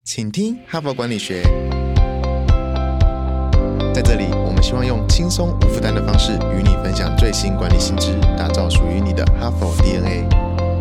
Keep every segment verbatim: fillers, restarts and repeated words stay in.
请听哈佛管理学。在这里，我们希望用轻松无负担的方式与你分享最新管理新知，打造属于你的哈佛 D N A。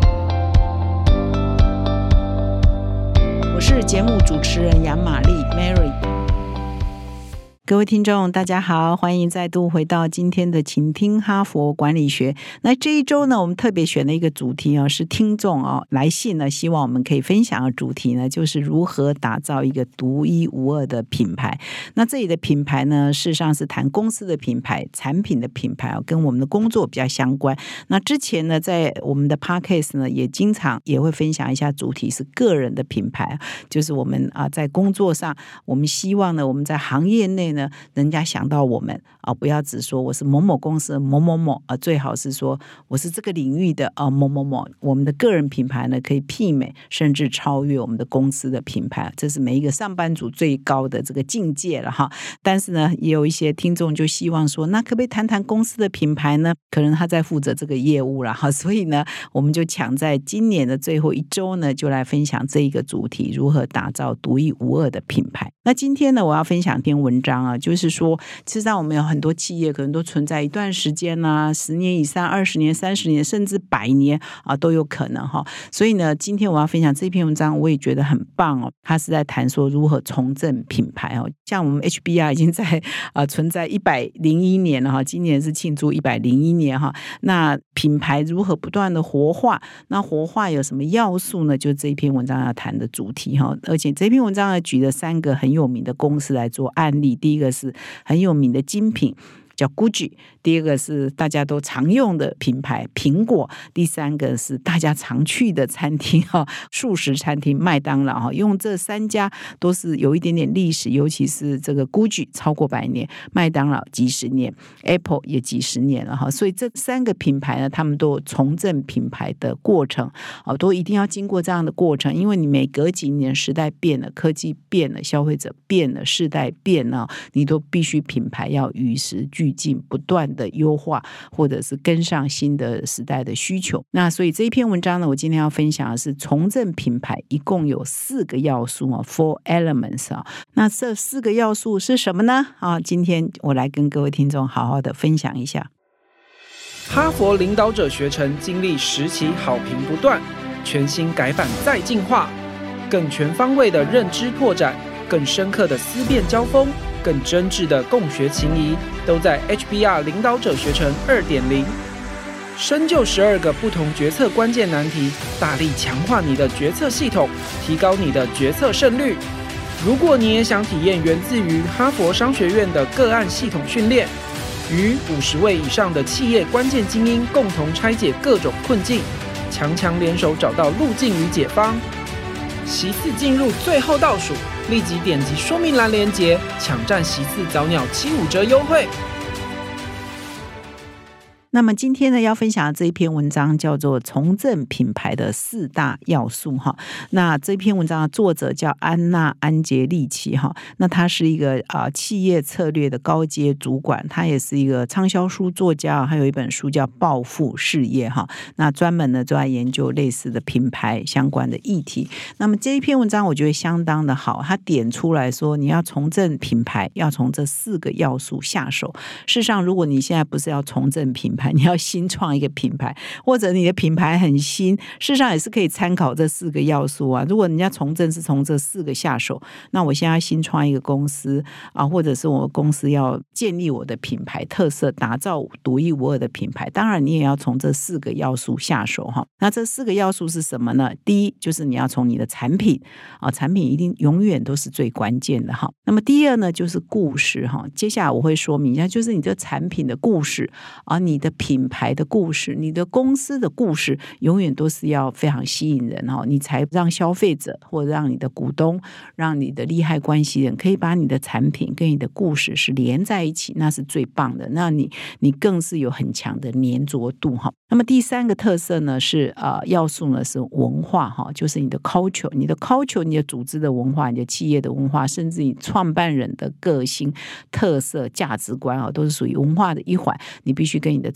我是节目主持人杨玛丽 Mary。各位听众大家好，欢迎再度回到今天的请听哈佛管理学。那这一周呢，我们特别选了一个主题哦，是听众哦来信呢，希望我们可以分享的主题呢，就是如何打造一个独一无二的品牌。那这里的品牌呢，事实上是谈公司的品牌、产品的品牌哦，跟我们的工作比较相关。那之前呢，在我们的 Podcast 呢，也经常也会分享一下主题是个人的品牌，就是我们啊在工作上，我们希望呢，我们在行业内呢，人家想到我们啊，不要只说我是某某公司的某某某啊，最好是说我是这个领域的啊某某某。我们的个人品牌呢，可以媲美甚至超越我们的公司的品牌，这是每一个上班族最高的这个境界了哈。但是呢，也有一些听众就希望说，那可不可以谈谈公司的品牌呢？可能他在负责这个业务了哈，所以呢，我们就抢在今年的最后一周呢，就来分享这一个主题：如何打造独一无二的品牌。那今天呢，我要分享一篇文章啊，就是说，其实上我们有很多企业可能都存在一段时间啊，十年以上、二十年、三十年，甚至百年啊都有可能哈。所以呢，今天我要分享这篇文章，我也觉得很棒哦。它是在谈说如何重振品牌哦。像我们 H B R 已经在呃存在一百零一年了哈，今年是庆祝一百零一年哈。那品牌如何不断的活化？那活化有什么要素呢？就这一篇文章要谈的主题哈。而且这篇文章呢，举了三个很有名的公司来做案例。第一个是很有名的精品叫 Gucci， 第二个是大家都常用的品牌苹果，第三个是大家常去的餐厅素食餐厅麦当劳。用这三家都是有一点点历史，尤其是这个 Gucci 超过百年，麦当劳几十年， Apple 也几十年了，所以这三个品牌呢，他们都有重振品牌的过程，都一定要经过这样的过程，因为你每隔几年时代变了，科技变了，消费者变了，世代变了，你都必须品牌要与时俱进，不断的优化，或者是跟上新的时代的需求。那所以这一篇文章呢，我今天要分享的是重振品牌一共有四个要素 four elements。 那这四个要素是什么呢？今天我来跟各位听众好好的分享一下。 哈佛领导者学程经历十期好评不断，全新改版再进化，更全方位的认知拓展，更深刻的思辨交锋，更真挚的共学情谊，都在 H B R 领导者学程 二点零。 深究十二个不同决策关键难题，大力强化你的决策系统，提高你的决策胜率。如果你也想体验源自于哈佛商学院的个案系统训练，与五十位以上的企业关键精英共同拆解各种困境，强强联手找到路径与解方。席次进入最后倒数，立即点击说明栏连结，抢占席次早鸟七五折优惠。 那么今天呢，要分享的这一篇文章叫做重振品牌的四大要素哈。那这篇文章的作者叫安娜安杰利奇哈，那他是一个啊、呃、企业策略的高阶主管，他也是一个畅销书作家，还有一本书叫《暴富事业》哈。那专门呢就在研究类似的品牌相关的议题。那么这一篇文章我觉得相当的好，他点出来说，你要重振品牌，要从这四个要素下手。事实上，如果你现在不是要重振品牌，你要新创一个品牌，或者你的品牌很新，事实上也是可以参考这四个要素啊。如果人家重振是从这四个下手，那我现在新创一个公司啊，或者是我公司要建立我的品牌特色，打造独一无二的品牌，当然你也要从这四个要素下手哈。那这四个要素是什么呢？第一就是你要从你的产品啊，产品一定永远都是最关键的哈。那么第二呢，就是故事哈。接下来我会说明一下，就是你这产品的故事啊，你的品牌的故事，你的公司的故事，永远都是要非常吸引人哈，你才让消费者或者让你的股东，让你的利害关系人可以把你的产品跟你的故事是连在一起，那是最棒的。那你你更是有很强的粘着度哈。那么第三个特色呢是呃要素呢是文化哈，就是你的 culture， 你的 culture， 你的组织的文化，你的企业的文化，甚至你创办人的个性、特色、价值观啊，都是属于文化的一环。你必须跟你的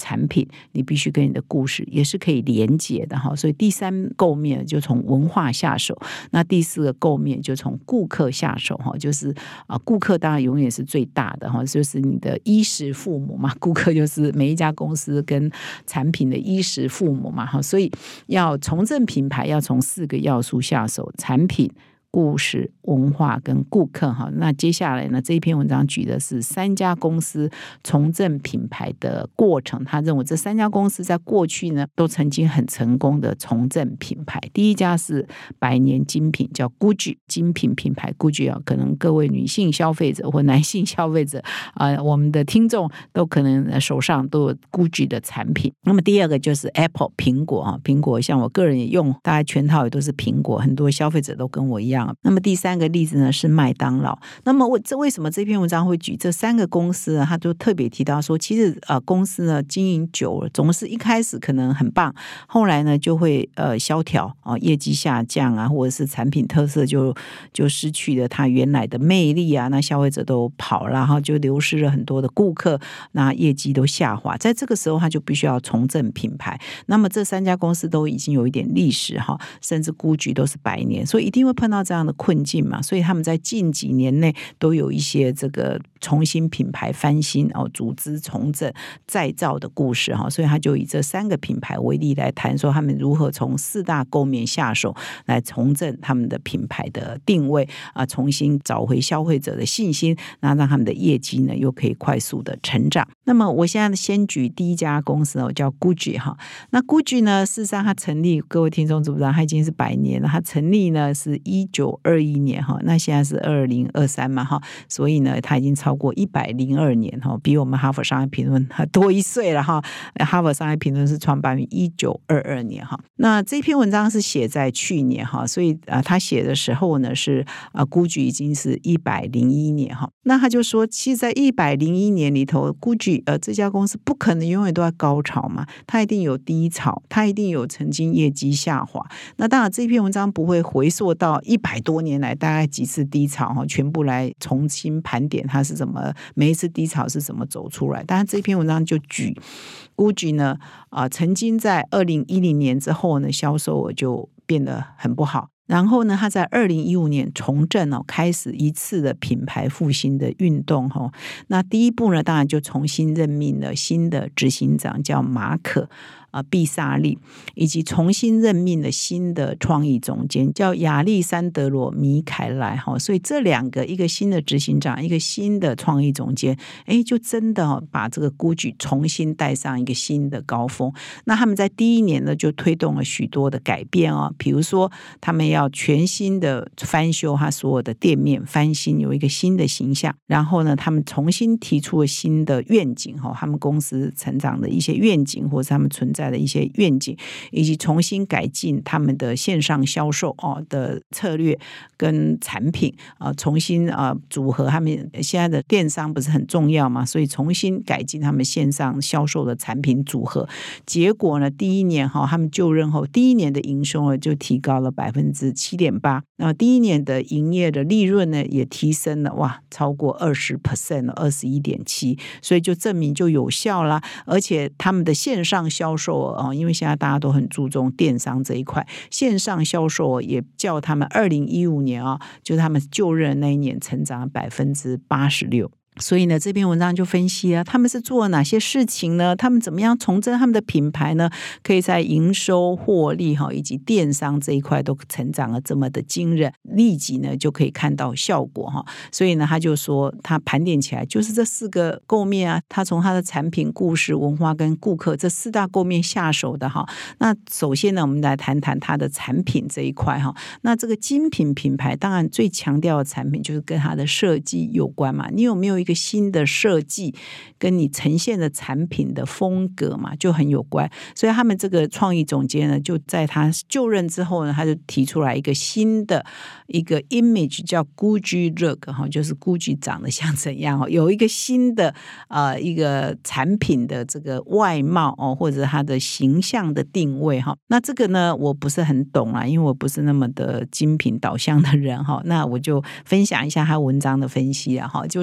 产品，你必须跟你的故事也是可以连结的哈。所以第三构面就从文化下手，那第四个构面就从顾客下手哈，就是啊，顾客当然永远是最大的哈，就是你的衣食父母嘛，顾客就是每一家公司跟产品的衣食父母嘛哈，所以要重振品牌，要从四个要素下手：产品、故事、文化跟顾客哈。那接下来呢，这一篇文章举的是三家公司重振品牌的过程。他认为这三家公司在过去呢都曾经很成功的重振品牌。第一家是百年精品，叫 Gucci 精品品牌 Gucci 啊，可能各位女性消费者或男性消费者啊、呃，我们的听众都可能手上都有 Gucci 的产品。那么第二个就是 Apple 苹果啊，苹果像我个人也用，大概全套也都是苹果，很多消费者都跟我一样。那么第三个例子呢是麦当劳。那么我这为什么这篇文章会举这三个公司呢？他就特别提到说，其实呃公司呢经营久了，总是一开始可能很棒，后来呢就会呃萧条啊、呃，业绩下降啊，或者是产品特色就就失去了它原来的魅力啊，那消费者都跑了，然后就流失了很多的顾客，那业绩都下滑。在这个时候，他就必须要重振品牌。那么这三家公司都已经有一点历史哈，甚至Gucci都是百年，所以一定会碰到这样的困境嘛，所以他们在近几年内都有一些这个重新品牌翻新哦，组织重整再造的故事哈，所以他就以这三个品牌为例来谈说他们如何从四大构面下手来重振他们的品牌的定位啊，重新找回消费者的信心，那让他们的业绩呢又可以快速的成长。那么我现在先举第一家公司哦，叫 Gucci 哈。那 Gucci 呢，事实上它成立，各位听众知不知道？它已经是百年了。它成立呢是一九二一年哈，那现在是二零二三嘛哈，所以呢它已经超过一百零二年哈，比我们哈佛商业评论多一岁了哈。哈佛商业评论是创办于一九二二年哈。那这篇文章是写在去年哈，所以啊他写的时候呢是啊 Gucci 已经是一百零一年哈。那他就说，其实在一百零一年里头 ，Gucci 呃这家公司不可能永远都在高潮嘛，它一定有低潮，它一定有曾经业绩下滑。那当然这篇文章不会回溯到一百多年来大概几次低潮哈，全部来重新盘点它是怎么每一次低潮是怎么走出来。但是这篇文章就举 Gucci 呢啊、呃，曾经在二零一零年之后呢，销售额就变得很不好。然后呢，他在二零一五年重振哦，开始一次的品牌复兴的运动哈。那第一步呢，当然就重新任命了新的执行长，叫马可啊毕萨利，以及重新任命了新的创意总监，叫亚历山德罗米凯莱哈。所以这两个，一个新的执行长，一个新的创意总监，哎，就真的、哦、把这个 Gucci 重新带上一个新的高峰。那他们在第一年呢，就推动了许多的改变哦，比如说他们要全新的翻修他所有的店面，翻新有一个新的形象。然后呢，他们重新提出了新的愿景哈，他们公司成长的一些愿景，或是他们存在的一些愿景，以及重新改进他们的线上销售哦的策略跟产品啊，重新啊组合他们现在的电商不是很重要嘛，所以重新改进他们线上销售的产品组合。结果呢，第一年哈他们就任后第一年的营收呢就提高了百分之七点八，那第一年的营业的利润呢也提升了哇，超过二十 percent 了，二十一点七，所以就证明就有效啦。而且他们的线上销售额，因为现在大家都很注重电商这一块，线上销售额也较他们二零一五年啊，就是他们就任那一年成长了百分之八十六。所以呢，这篇文章就分析啊，他们是做了哪些事情呢？他们怎么样重振他们的品牌呢？可以在营收、获利哈以及电商这一块都成长了这么的惊人，立即呢就可以看到效果哈。所以呢，他就说，他盘点起来就是这四个构面啊，他从他的产品、故事、文化跟顾客这四大构面下手的哈。那首先呢，我们来谈谈他的产品这一块哈。那这个精品品牌，当然最强调的产品就是跟它的设计有关嘛。你有没有一个新的设计跟你呈现的产品的风格嘛，就很有关。所以他们这个创意总监呢，就在他就任之后呢，他就提出来一个新的一个 image 叫 Gucci look 哈，就是 Gucci 长得像怎样哦，有一个新的呃一个产品的这个外貌哦，或者它的形象的定位哈。那这个呢，我不是很懂啦，因为我不是那么的精品导向的人哈。那我就分享一下他文章的分析啊哈，就是说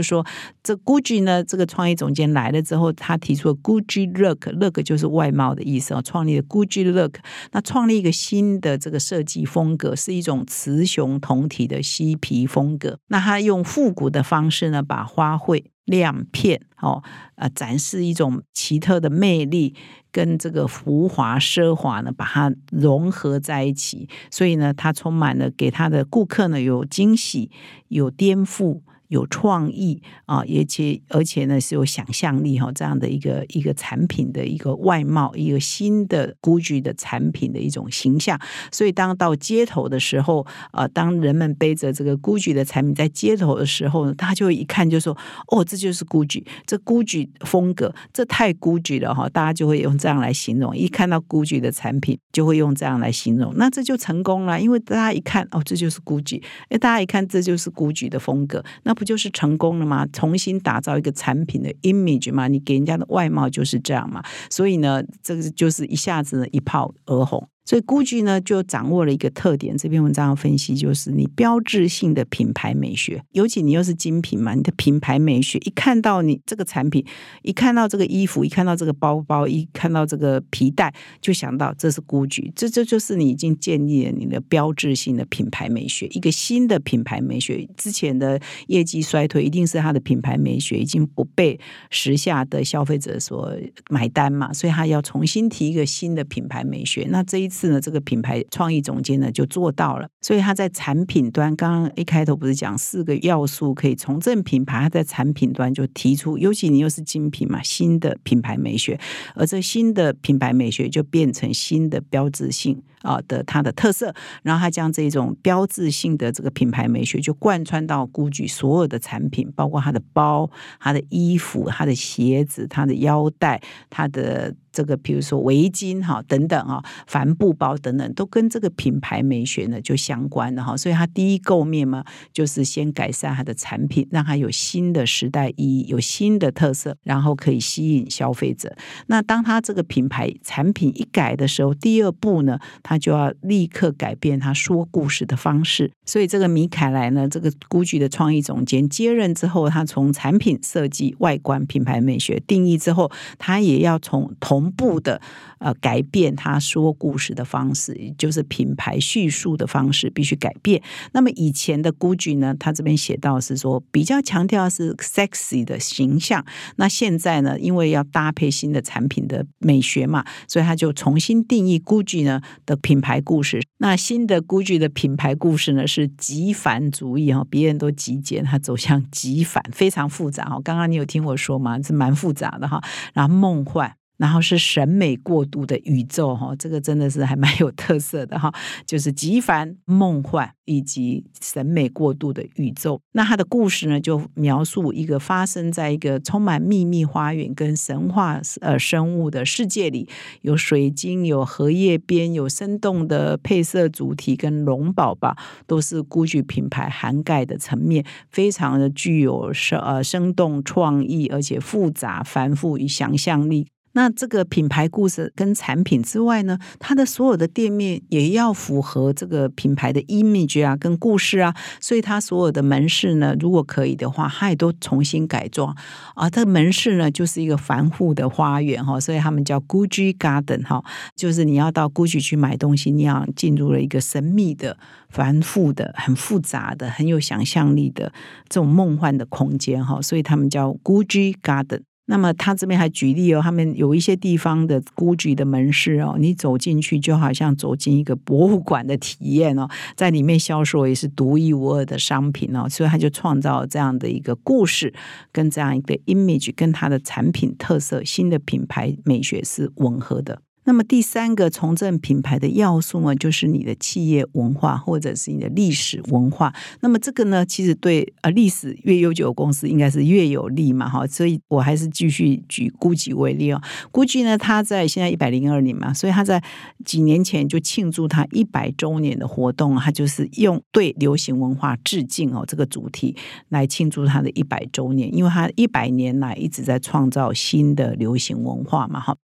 这 Gucci 呢，这个创意总监来了之后，他提出了 Gucci Look，Look 就是外貌的意思哦，创立了 Gucci Look， 那创立一个新的这个设计风格，是一种雌雄同体的嬉皮风格。那他用复古的方式呢，把花卉亮片哦，呃，展示一种奇特的魅力，跟这个浮华奢华呢，把它融合在一起。所以呢，它充满了给他的顾客呢有惊喜、有颠覆、有创意啊，而且而且呢是有想象力哈、哦，这样的一个一个产品的一个外貌，一个新的 Gucci 的产品的一种形象。所以当到街头的时候，呃，当人们背着这个 Gucci 的产品在街头的时候呢，他就会一看就说，哦，这就是 Gucci， 这 Gucci 风格，这太 Gucci 了哈，大家就会用这样来形容。一看到 Gucci 的产品，就会用这样来形容，那这就成功了，因为大家一看，哦，这就是 Gucci， 哎，大家一看这就是 Gucci 的风格，那不就是成功了吗？重新打造一个产品的 image 嘛，你给人家的外貌就是这样嘛，所以呢，这个就是一下子一炮而红。所以 Gucci 呢就掌握了一个特点，这篇文章的分析就是你标志性的品牌美学，尤其你又是精品嘛，你的品牌美学一看到你这个产品，一看到这个衣服，一看到这个包包，一看到这个皮带，就想到这是 Gucci， 这这就是你已经建立了你的标志性的品牌美学，一个新的品牌美学。之前的业绩衰退一定是它的品牌美学已经不被时下的消费者所买单嘛，所以他要重新提一个新的品牌美学。那这一次呢，这个品牌创意总监呢就做到了，所以他在产品端，刚刚一开头不是讲四个要素可以重振品牌，他在产品端就提出，尤其你又是精品嘛，新的品牌美学，而这新的品牌美学就变成新的标志性啊的它的特色，然后他将这种标志性的这个品牌美学就贯穿到 Gucci 所有的产品，包括它的包、它的衣服、它的鞋子、它的腰带、它的这个比如说围巾哈等等啊，帆布包等等，都跟这个品牌美学呢就相关的哈。所以它第一构面嘛，就是先改善它的产品，让它有新的时代意义，有新的特色，然后可以吸引消费者。那当它这个品牌产品一改的时候，第二步呢，它就要立刻改变它说故事的方式。所以这个米凯莱呢，这个 Gucci 的创意总监接任之后，他从产品设计、外观、品牌美学定义之后，他也要从同步的呃改变他说故事的方式，也就是品牌叙述的方式必须改变。那么以前的 Gucci 呢，他这边写到是说比较强调是 sexy 的形象，那现在呢，因为要搭配新的产品的美学嘛，所以他就重新定义 Gucci 呢的品牌故事。那新的 Gucci 的品牌故事呢是极繁主义，别人都极简，他走向极繁，非常复杂。刚刚你有听我说吗？是蛮复杂的哈。然后梦幻，然后是审美过度的宇宙，这个真的是还蛮有特色的哈，就是极繁、梦幻以及审美过度的宇宙。那它的故事呢，就描述一个发生在一个充满秘密花园跟神话呃生物的世界里，有水晶、有荷叶边、有生动的配色主题跟龙宝宝，都是 Gucci 品牌涵盖的层面，非常的具有呃生动创意，而且复杂繁复与想象力。那这个品牌故事跟产品之外呢，它的所有的店面也要符合这个品牌的 image 啊跟故事啊，所以它所有的门市呢，如果可以的话，它也都重新改装啊。这个门市呢就是一个繁复的花园哈，所以他们叫 Gucci Garden 哈，就是你要到 Gucci 去买东西，你要进入了一个神秘的、繁复的、很复杂的、很有想象力的这种梦幻的空间哈，所以他们叫 Gucci Garden。那么他这边还举例哦，他们有一些地方的 Gucci 的门市哦，你走进去就好像走进一个博物馆的体验哦，在里面销售也是独一无二的商品哦，所以他就创造这样的一个故事，跟这样一个 image， 跟他的产品特色、新的品牌美学是吻合的。那么第三个重振品牌的要素呢，就是你的企业文化或者是你的历史文化。那么这个呢，其实对呃历史越悠久的公司应该是越有利嘛，哈。所以我还是继续举 Gucci 为例哦。Gucci 呢，它在现在一百零二年嘛，所以它在几年前就庆祝它一百周年的活动，它就是用对流行文化致敬哦这个主题来庆祝它的一百周年，因为它一百年来一直在创造新的流行文化嘛，哈。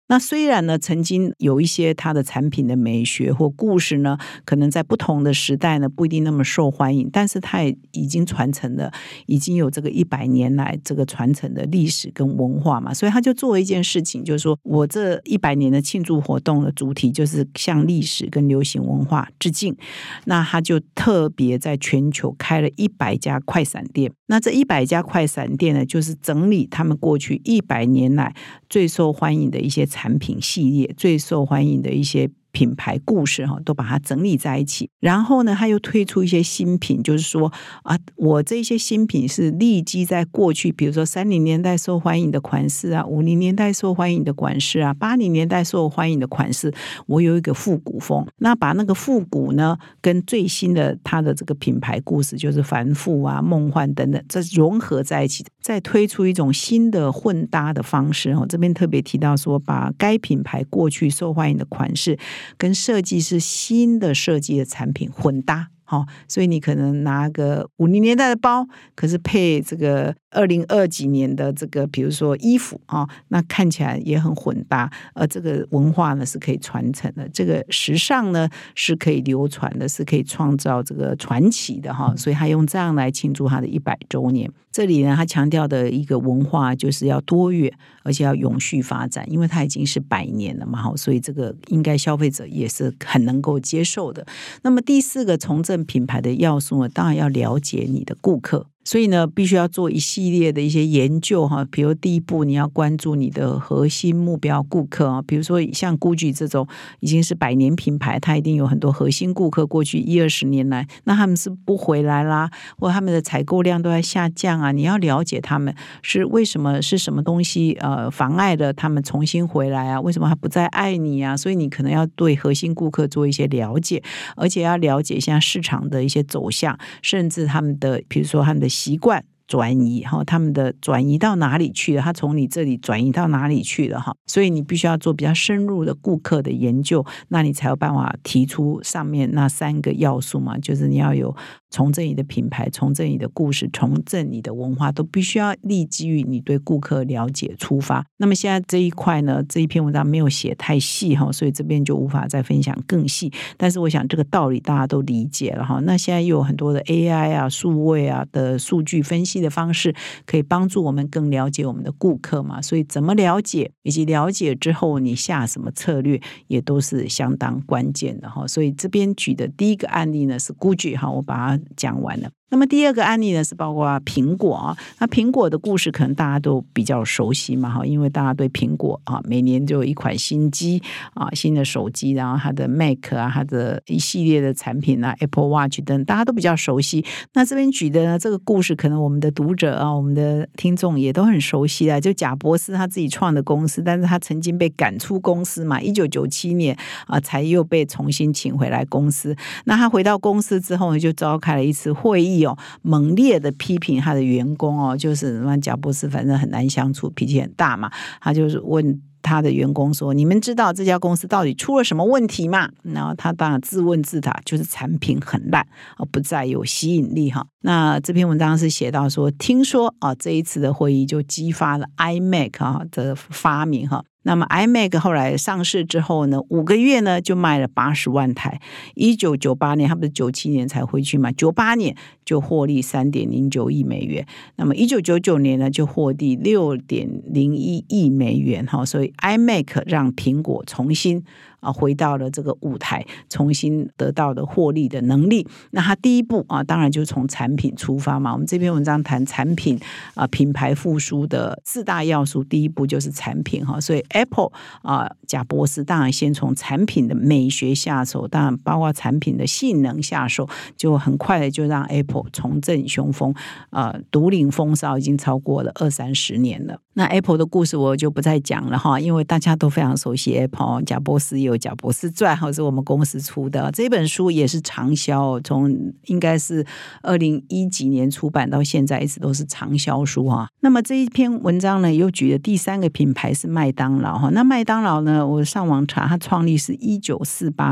那虽然呢曾经有一些它的产品的美学或故事呢可能在不同的时代呢不一定那么受欢迎，但是它也已经传承了，已经有这个一百年来这个传承的历史跟文化嘛，所以他就做了一件事情，就是说我这一百年的庆祝活动的主题就是向历史跟流行文化致敬。那他就特别在全球开了一百家快闪店，那这一百家快闪店呢就是整理他们过去一百年来最受欢迎的一些产品系列，最受欢迎的一些品牌故事都把它整理在一起。然后呢他又推出一些新品，就是说啊，我这些新品是立基在过去比如说三十年代受欢迎的款式啊，五十年代受欢迎的款式啊，八十年代受欢迎的款式，我有一个复古风，那把那个复古呢跟最新的它的这个品牌故事就是繁复啊梦幻等等，这融合在一起，再推出一种新的混搭的方式。这边特别提到说把该品牌过去受欢迎的款式跟设计师新的设计的产品混搭。好，所以你可能拿个五零年代的包，可是配这个二零二几年的这个比如说衣服啊，那看起来也很混搭，而这个文化呢是可以传承的，这个时尚呢是可以流传的，是可以创造这个传奇的哈，所以他用这样来庆祝他的一百周年。这里呢他强调的一个文化就是要多元，而且要永续发展，因为它已经是百年了嘛，所以这个应该消费者也是很能够接受的。那么第四个重振品牌的要素呢，当然要了解你的顾客，所以呢必须要做一系列的一些研究哈，比如第一步你要关注你的核心目标顾客啊，比如说像 Gucci 这种已经是百年品牌，它一定有很多核心顾客，过去一二十年来那他们是不回来啦，或他们的采购量都在下降啊，你要了解他们是为什么，是什么东西呃妨碍了他们重新回来啊，为什么他不再爱你啊，所以你可能要对核心顾客做一些了解，而且要了解现在市场的一些走向，甚至他们的比如说他们的习惯转移，他们的转移到哪里去了，他从你这里转移到哪里去了，所以你必须要做比较深入的顾客的研究，那你才有办法提出上面那三个要素嘛，就是你要有重振你的品牌，重振你的故事，重振你的文化，都必须要立基于你对顾客了解出发。那么现在这一块呢，这一篇文章没有写太细，所以这边就无法再分享更细，但是我想这个道理大家都理解了。那现在又有很多的 A I 啊数位啊的数据分析的方式可以帮助我们更了解我们的顾客嘛，所以怎么了解以及了解之后你下什么策略也都是相当关键的。所以这边举的第一个案例呢是 Gucci， 我把它讲完了。那么第二个案例呢是包括苹果啊，那苹果的故事可能大家都比较熟悉嘛，因为大家对苹果啊每年就有一款新机啊，新的手机，然后它的 Mac 啊，它的一系列的产品啊 Apple Watch 等大家都比较熟悉。那这边举的呢这个故事可能我们的读者啊，我们的听众也都很熟悉啊，就贾伯斯他自己创的公司，但是他曾经被赶出公司嘛，一九九七年啊才又被重新请回来公司。那他回到公司之后呢，就召开了一次会议哦，猛烈的批评他的员工哦，就是贾伯斯反正很难相处，脾气很大嘛，他就是问他的员工说，你们知道这家公司到底出了什么问题吗？然后他当然自问自答，就是产品很烂，不再有吸引力哈。那这篇文章是写到说，听说啊这一次的会议就激发了 iMac 啊的发明哈。那么 iMac 后来上市之后呢，五个月呢就卖了八十万台。一九九八年，他不是九七年才回去嘛，九八年就获利 三点零九亿美元。那么一九九九年呢就获利 六点零一亿美元哈，所以 iMac 让苹果重新啊回到了这个舞台，重新得到的获利的能力。那他第一步啊，当然就是从产品出发嘛。我们这篇文章谈产品啊品牌复苏的四大要素，第一步就是产品哈，所以 Apple 啊，贾伯斯当然先从产品的美学下手，当然包括产品的性能下手，就很快的就让 Apple 重振雄风，呃，独领风骚已经超过了二三十年了。那 Apple 的故事我就不再讲了哈，因为大家都非常熟悉 Apple， 贾伯斯也有贾伯斯传，是我们公司出的这本书也是畅销，从应该是二零一几年出版到现在一直都是畅销书哈。那么这一篇文章呢，又举的第三个品牌是麦当劳哈。那麦当劳呢，我上网查，它创立是一九四八年，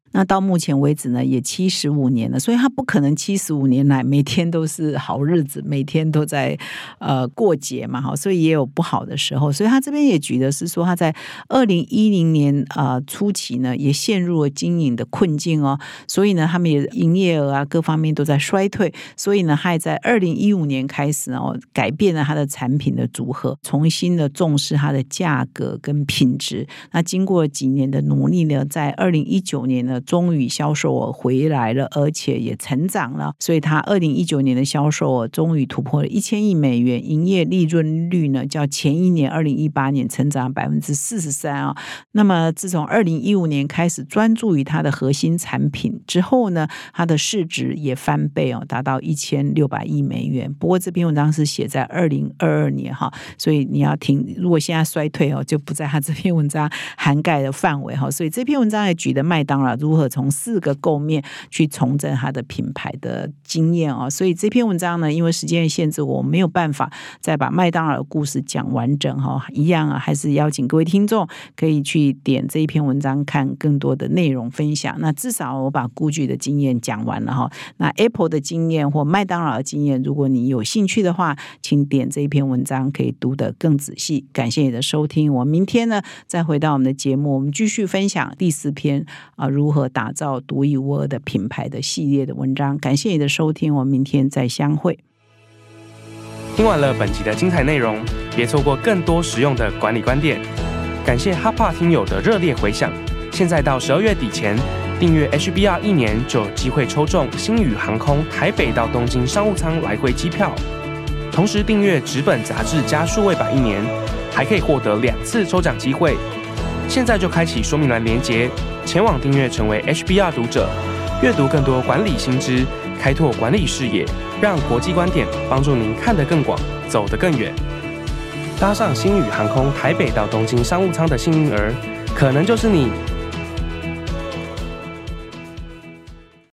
那到目前为止呢，也七十五年了，所以他不可能七十五年来每天都是好日子，每天都在呃过节嘛，所以也有不好的时候。所以他这边也举的是说，他在二零一零年呃初期呢，也陷入了经营的困境哦，所以呢，他们也营业额啊各方面都在衰退，所以呢，他也在二零一五年开始哦，改变了他的产品的组合，重新的重视它的价格跟品质。那经过几年的努力呢，在二零一九年呢，终于销售额回来了，而且也成长了，所以它二零一九年的销售额终于突破了一千亿美元，营业利润率呢，较前一年二零一八年成长百分之四十三啊。那么自从二零一五年开始专注于它的核心产品之后呢，它的市值也翻倍哦，达到一千六百亿美元。不过这篇文章是写在二零二二年哈，所以你要听，如果现在衰退哦，就不在它这篇文章涵盖的范围哈。所以这篇文章也举的麦当劳如何从四个构面去重整它的品牌的经验哦。所以这篇文章呢，因为时间的限制，我没有办法再把麦当劳的故事讲完整哈。一样啊，还是邀请各位听众可以去点这一篇文章看更多的内容分享。那至少我把估计的经验讲完了哈。那 Apple 的经验或麦当劳的经验，如果你有兴趣的话，请点这一篇文章，可以读得更仔细。感谢你的收听，我明天呢再回到我们的节目，我们继续分享第四篇啊、呃，如何打造独一无二的品牌的系列的文章。感谢你的收听，我们明天再相会。 听完了本集的精彩内容，别错过更多实用的管理观点。感谢哈帕听友的热烈回响，现在到十二月底前订阅 H B R 一年就有机会抽中星宇航空台北到东京商务舱来回机票，同时订阅纸本杂志加数位版一年，还可以获得两次抽奖机会。现在就开启说明栏连结，前往订阅成为 H B R 读者，阅读更多管理新知，开拓管理视野，让国际观点帮助您看得更广，走得更远。搭上星宇航空台北到东京商务舱的幸运儿，可能就是你。